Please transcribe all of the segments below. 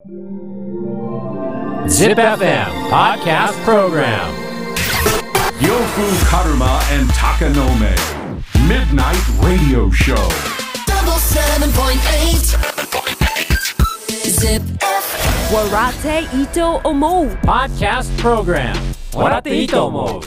Zip FM Podcast Program Yofu Karuma and Takanome Midnight Radio Show. Double 7.8 Zip Warate Ito Omo Podcast Program 笑っていいと思う。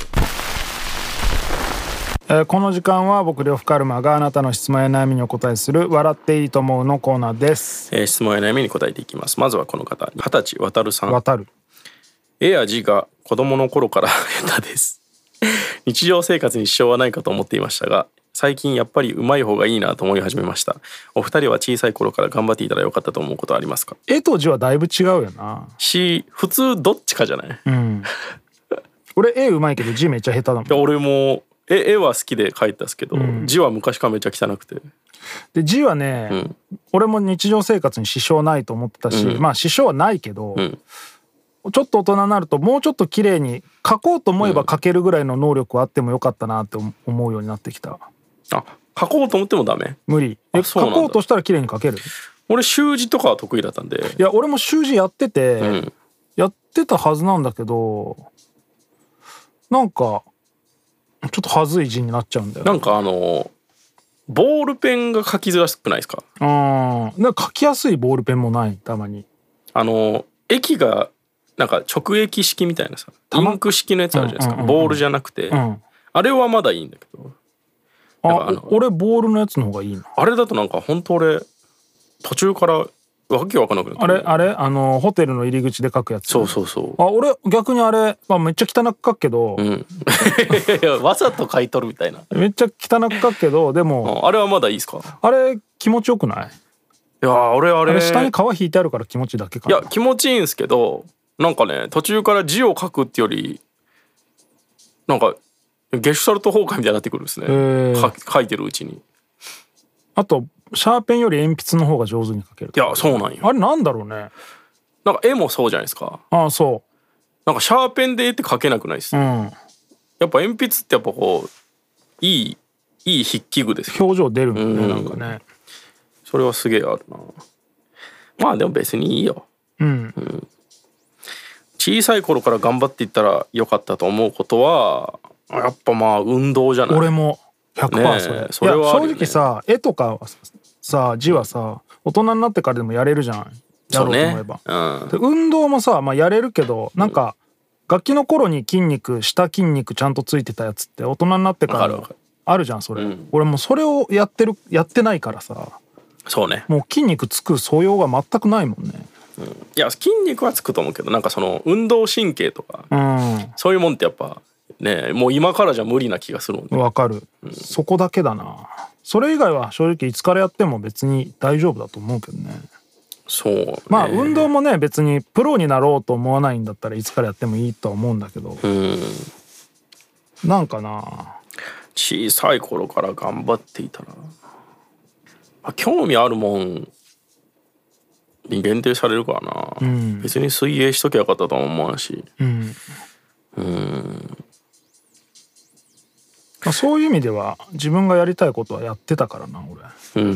この時間は僕呂布カルマがあなたの質問や悩みにお答えする笑っていいと思うのコーナーです。 質問や悩みに答えていきます。まずはこの方、20歳渡るさん。 渡る。 絵や字が子供の頃から下手です。日常生活に支障はないかと思っていましたが、最近やっぱり上手い方がいいなと思い始めました。お二人は小さい頃から頑張っていたらよかったと思うことはありますか？ 絵と字はだいぶ違うよな。 普通どっちかじゃない？ うん。俺絵上手いけど字めっちゃ下手だもん。 いや俺も絵は好きで描いたんですけど、字は昔からめっちゃ汚くて。 で字はね、俺も日常生活に支障ないと思ってたし、まあ支障はないけど、ちょっと大人になるともうちょっと綺麗に描こうと思えば描けるぐらいの能力はあってもよかったなって思うようになってきた。 あ、描こうと思ってもダメ？ 無理。描こうとしたら綺麗に描ける？ 俺習字とかは得意だったんで。 いや俺も習字やってて、やってたはずなんだけど、なんかちょっとはずい字になっちゃうんだよ。 なんかボールペンが書きづらくないですか？ なんか書きやすいボールペンもない。たまに液がなんか直液式みたいなさ、インク式のやつあるじゃないですか。ボールじゃなくて、あれはまだいいんだけど、 俺ボールのやつの方がいいな。 あれだとなんか本当俺途中からわけわかんなくなって、 あれホテルの入り口で書くやつ。 そうそうそう。 俺逆にあれ、めっちゃ汚く書くけど、 いやわざと書いとるみたいな。 めっちゃ汚く書くけど、でもあれはまだいいですか？ あれ気持ちよくない？ いや俺あれ下に皮引いてあるから気持ちだけかな。 いや気持ちいいんですけど、なんかね途中から字を書くってよりなんかゲシュタルト崩壊みたいになってくるんですね。書いてるうちに。 あとシャーペンより鉛筆の方が上手に書ける。 いやそうなんよ。 あれなんだろうね。 なんか絵もそうじゃないですか。 そう。 なんかシャーペンで絵って描けなくないです？やっぱ鉛筆ってやっぱこういい筆記具ですよ。 表情出るもんね、なんかね。 それはすげえあるな。まあでも別にいいよ。小さい頃から頑張っていったらよかったと思うことはやっぱまあ運動じゃない？俺も 100% それはあるよね。正直さ、絵とかさ字はさ大人になってからでもやれるじゃん。やろうと思えば。で運動もさ、やれるけどなんか楽器の頃に下筋肉ちゃんとついてたやつって大人になってからあるじゃんそれ。俺もうそれをやってないからさ。 そうね。 もう筋肉つく素養が全くないもんね。 いや筋肉はつくと思うけど、なんかその運動神経とか、そういうもんってやっぱねもう今からじゃ無理な気がするもんね。 わかる、そこだけだな。それ以外は正直いつからやっても別に大丈夫だと思うけどね。 そうね。 運動もね別にプロになろうと思わないんだったらいつからやってもいいとは思うんだけど、なんかな小さい頃から頑張っていたら、興味あるもんに限定されるからな、別に水泳しときゃよかったとは思わんし、 そういう意味では自分がやりたいことはやってたからな俺。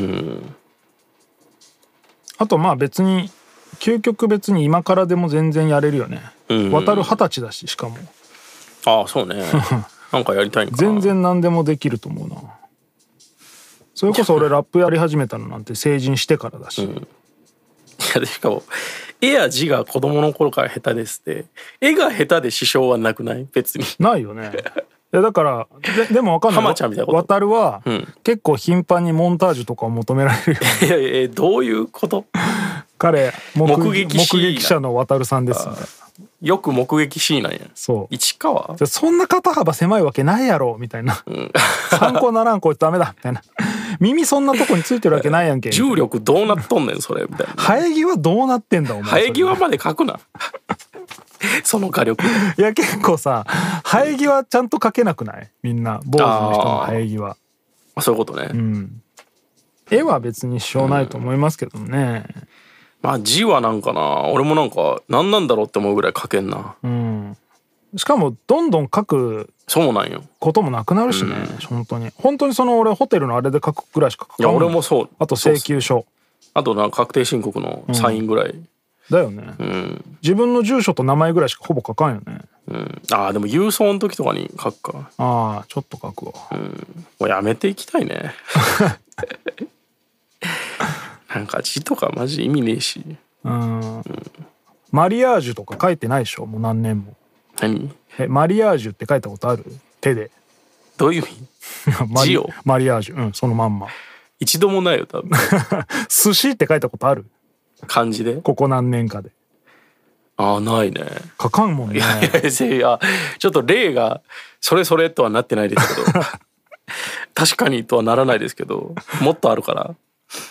あと別に究極別に今からでも全然やれるよね。渡る20歳だし、しかもそうねなんかやりたいんかな。 全然何でもできると思うな。それこそ俺ラップやり始めたのなんて成人してからだし、 しかも絵や字が子供の頃から下手ですって、絵が下手で支障はなくない？別にないよね。だからでも分かんない。 浜ちゃんみたいなこと。 渡るは、結構頻繁にモンタージュとかを求められるよ。 いやどういうこと？ 彼目撃者の渡るさんですみたいな。 よく目撃シーンなんや。 そう。 市川？ そんな肩幅狭いわけないやろみたいな。参考ならんこいつダメだみたいな。耳そんなとこについてるわけないやんけ。 重力どうなっとんねんそれみたいな。 生え際どうなってんだお前。 生え際まで描くな。その火力。 いや結構さ生え際ちゃんと描けなくない？みんな坊主の人の生え際。 そういうことね。 絵は別に支障ないと思いますけどね。 字はなんかな、俺もなんか何なんだろうって思うぐらい描けんな。 しかもどんどん書くそうなんよこともなくなるしね、本当にその俺ホテルのあれで書くぐらいしか書かない。 いや俺もそう。 あと請求書、 あとなんか確定申告のサインぐらい、 だよね、自分の住所と名前ぐらいしかほぼ書かんよね。 ああでも郵送の時とかに書くか。 ああちょっと書くわ。 もうやめていきたいね。なんか字とかマジ意味ねえし。 マリアージュとか書いてないでしょもう何年も。 何？ マリアージュって書いたことある？手で。 どういう意味？字を？ マリアージュ、そのまんま。一度もないよ多分。 寿司って書いたことある？ 漢字で？ここ何年かで。 ああないね。 書かんもんね。 いやちょっと例がそれとはなってないですけど確かにとはならないですけどもっとあるから、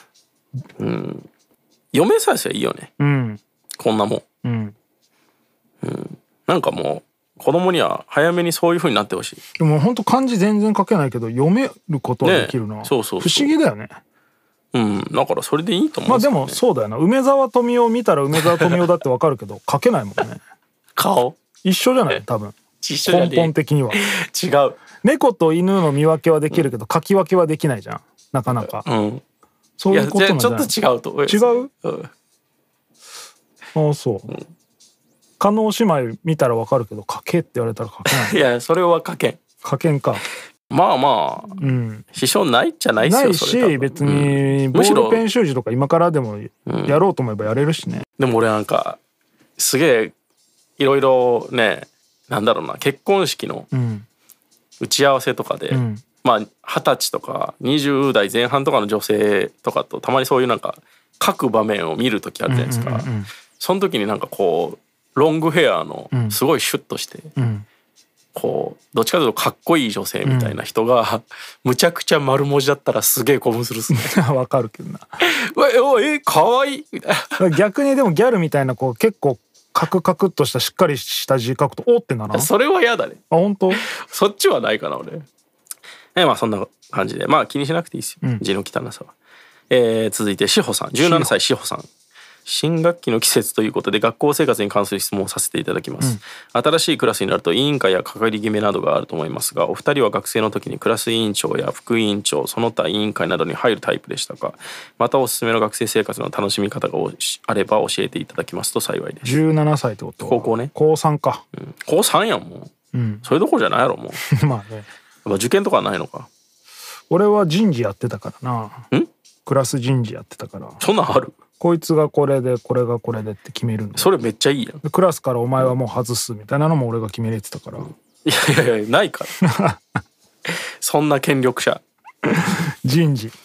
読めさえすればいいよね、こんなもん、なんかもう子供には早めにそういう風になってほしい。 でも本当漢字全然書けないけど読めることはできるな、 そう不思議だよね。 だからそれでいいと思う、 まあでもそうだよな、梅沢富美男見たら梅沢富美男だってわかるけど書けないもんね。 顔一緒じゃない多分。 一緒じゃねえ。 根本的には違う。 猫と犬の見分けはできるけど書き分けはできないじゃんなかなか。そういうことなんじゃない？ ちょっと違うと。 違う？ああそう。加納姉妹見たらわかるけど書けって言われたら書けない。 いやそれは書けん。 書けんか。 まあ、支障ないっちゃないっすよ。 ないし別にボールペン習字とか今からでもやろうと思えばやれるしね。 でも俺なんかすげえいろいろね、なんだろうな、結婚式の打ち合わせとかで、まあ20歳とか20代前半とかの女性とかとたまにそういうなんか書く場面を見る時あるじゃないですか。その時になんかこうロングヘアのすごいシュッとして、こうどっちかというとかっこいい女性みたいな人が、むちゃくちゃ丸文字だったらすげえ興奮するっすね。 わかるけどな。 かわいいみたいな。 逆にでもギャルみたいなこう結構カクカクっとしたしっかりした字書くとおってならん？ それは嫌だね。 あ本当？ そっちはないかな俺。まあそんな感じでまあ気にしなくていいですよ、字の汚さは。続いて志保さん、17歳志保さん。新学期の季節ということで学校生活に関する質問をさせていただきます、新しいクラスになると委員会や係決めなどがあると思いますが、お二人は学生の時にクラス委員長や副委員長その他委員会などに入るタイプでしたか？またおすすめの学生生活の楽しみ方があれば教えていただきますと幸いです。 17歳ってこと？ 高校ね。 高3か、 高3やんもう、それどころじゃないやろもう。 まあね、 受験とかはないのか。 俺は人事やってたからな。クラス人事やってたから。 そんなんある？こいつがこれでこれがこれでって決めるの。 それめっちゃいいやん。 クラスからお前はもう外すみたいなのも俺が決めれてたから。 いやないからそんな権力者。 人事、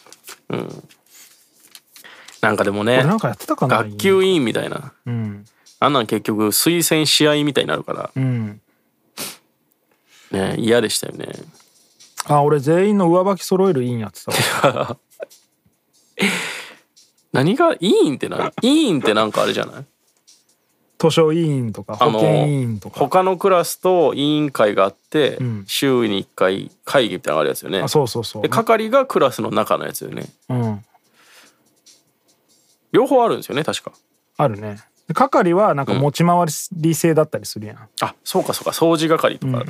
なんかでもね、 なんかやってたかな、 学級委員みたいな、あんなん結局推薦試合みたいになるから、ね、嫌でしたよね。 俺全員の上履き揃える委員やってた。 何が委員ってなんかあれじゃない？ 図書委員とか保健委員とか他のクラスと委員会があって、週に1回会議みたいなのがあるやつよね。 そうで係がクラスの中のやつよね。両方あるんですよね確か。 あるね。係はなんか持ち回り制だったりするやん。 そうか掃除係とか。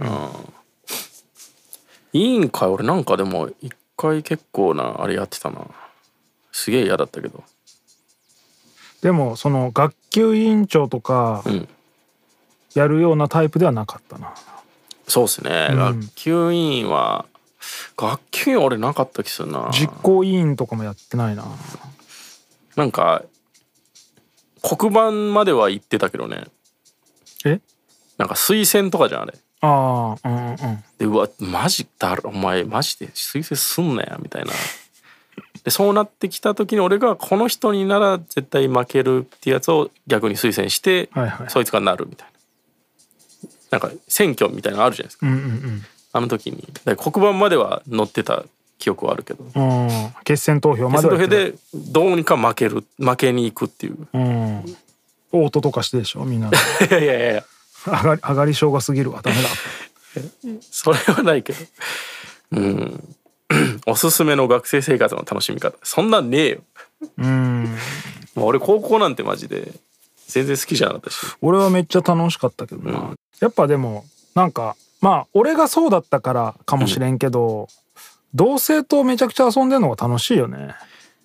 委員会俺なんかでも1回結構なあれやってたな。すげえ嫌だったけど。 でもその学級委員長とかやるようなタイプではなかったな。 そうですね、学級委員は俺なかった気するな。 実行委員とかもやってないな。 なんか黒板までは行ってたけどね。なんか推薦とかじゃんあれ。でうわマジだろお前マジで推薦すんなやみたいな。でそうなってきた時に俺がこの人になら絶対負けるっていうやつを逆に推薦して、そいつがなるみたいな。なんか選挙みたいなのあるじゃないですか、あの時にだから黒板までは載ってた記憶はあるけど、 決選投票まではでどうにか負けに行くっていう、 オートとかしてでしょみんな。 いや上がり症が過ぎるわダメだ。 それはないけど、おすすめの学生生活の楽しみ方そんなんねえよ。俺高校なんてマジで全然好きじゃなかったし。 俺はめっちゃ楽しかったけどな、やっぱでもなんかまあ俺がそうだったからかもしれんけど、同性とめちゃくちゃ遊んでるのが楽しいよね。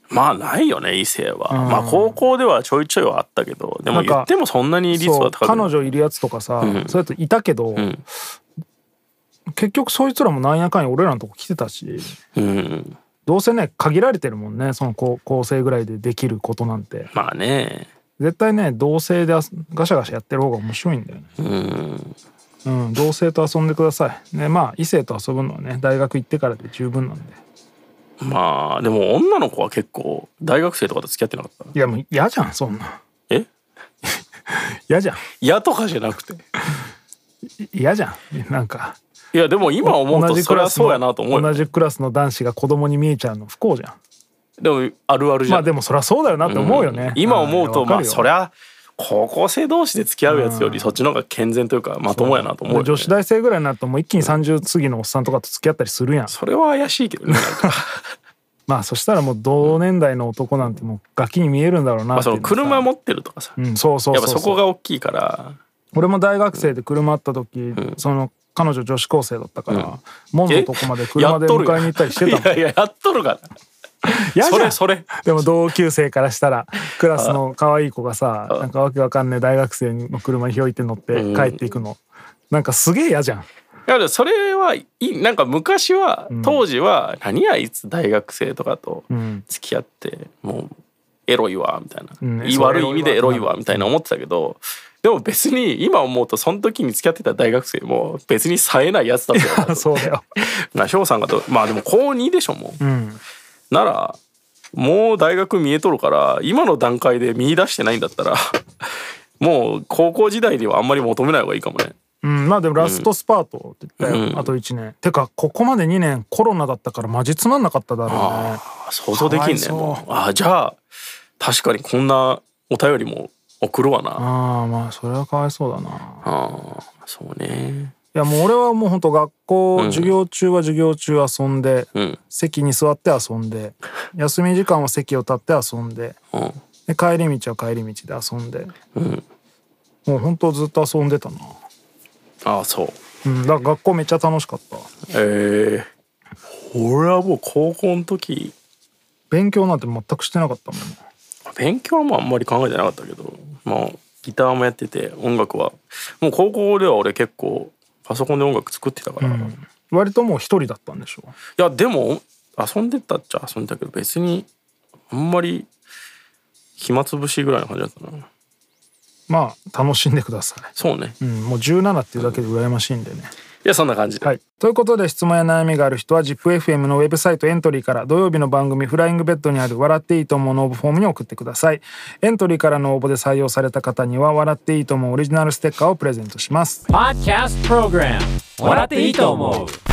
まあないよね異性は、まあ高校ではちょいちょいはあったけど、でも言ってもそんなに率は高くない。 彼女いるやつとかさ、そうやっていたけど、結局そいつらもなんやかんや俺らのとこ来てたし、どうせね限られてるもんね、その高校生ぐらいでできることなんて。 まあね、 絶対ね同性でガシャガシャやってる方が面白いんだよね。同性と遊んでくださいね。まあ異性と遊ぶのはね大学行ってからで十分なんで。 まあでも女の子は結構大学生とかと付き合ってなかった。 いやもう嫌じゃんそんな。嫌じゃん。 嫌とかじゃなくて嫌じゃんなんか。 いやでも今思うとそれはそうやなと思うよ。 同じクラスの男子が子供に見えちゃうの不幸じゃん。 でもあるあるじゃん。 まあでもそりゃそうだよなって思うよね、 今思うとまあそりゃ高校生同士で付き合うやつよりそっちの方が健全というかまともやなと思うよね。 女子大生ぐらいになるともう一気に30過ぎのおっさんとかと付き合ったりするやん。 それは怪しいけどねなんかまあそしたらもう同年代の男なんてもうガキに見えるんだろうなっていう。 その車持ってるとかさ、 そうやっぱそこが大きいから。 俺も大学生で車あった時、その彼女女子高生だったから、門のとこまで車で迎えに行ったりしてたもん。 いややっとるからそれでも同級生からしたらクラスの可愛い子がさ、なんかわけわかんねえ大学生の車にひょいって乗って帰っていくの、なんかすげえ嫌じゃん。 いやそれなんか昔は、当時は何あいつ大学生とかと付き合って、もうエロいわみたいな、悪い意味でエロいわみたいな思ってたけど、でも別に今思うとその時に付き合ってた大学生も別に冴えないやつだったよ。 そうだよ。 翔さんがまあでも高2でしょもう、ならもう大学見えとるから今の段階で見出してないんだったらもう高校時代にはあんまり求めない方がいいかもね。 まあでもラストスパートって言ったよ、あと1年。てかここまで2年コロナだったからマジつまんなかっただろうね。 想像できんね。もうじゃあ確かにこんなお便りも送るわな。 まあそれはかわいそうだな。 そうね。 いやもう俺はもうほんと学校、授業中は授業中遊んで、席に座って遊んで、休み時間は席を立って遊んで、で帰り道は帰り道で遊んで、もうほんとずっと遊んでたな。 そう。 だから学校めっちゃ楽しかった。 俺はもう高校の時勉強なんて全くしてなかったもん。 勉強はもうあんまり考えてなかったけど、まあギターもやってて、音楽はもう高校では俺結構パソコンで音楽作ってたから、 割ともう一人だったんでしょ。 いやでも遊んでたっちゃ遊んでたけど、別にあんまり暇つぶしぐらいの感じだったな。まあ楽しんでください。 そうね、 もう17っていうだけで羨ましいんでね。 いやそんな感じで、 ということで質問や悩みがある人は ZIPFM のウェブサイトエントリーから土曜日の番組フライングベッドにある笑っていいと思うの応募フォームに送ってください。エントリーからの応募で採用された方には笑っていいと思うオリジナルステッカーをプレゼントします。 Podcast Program 笑っていいと思う。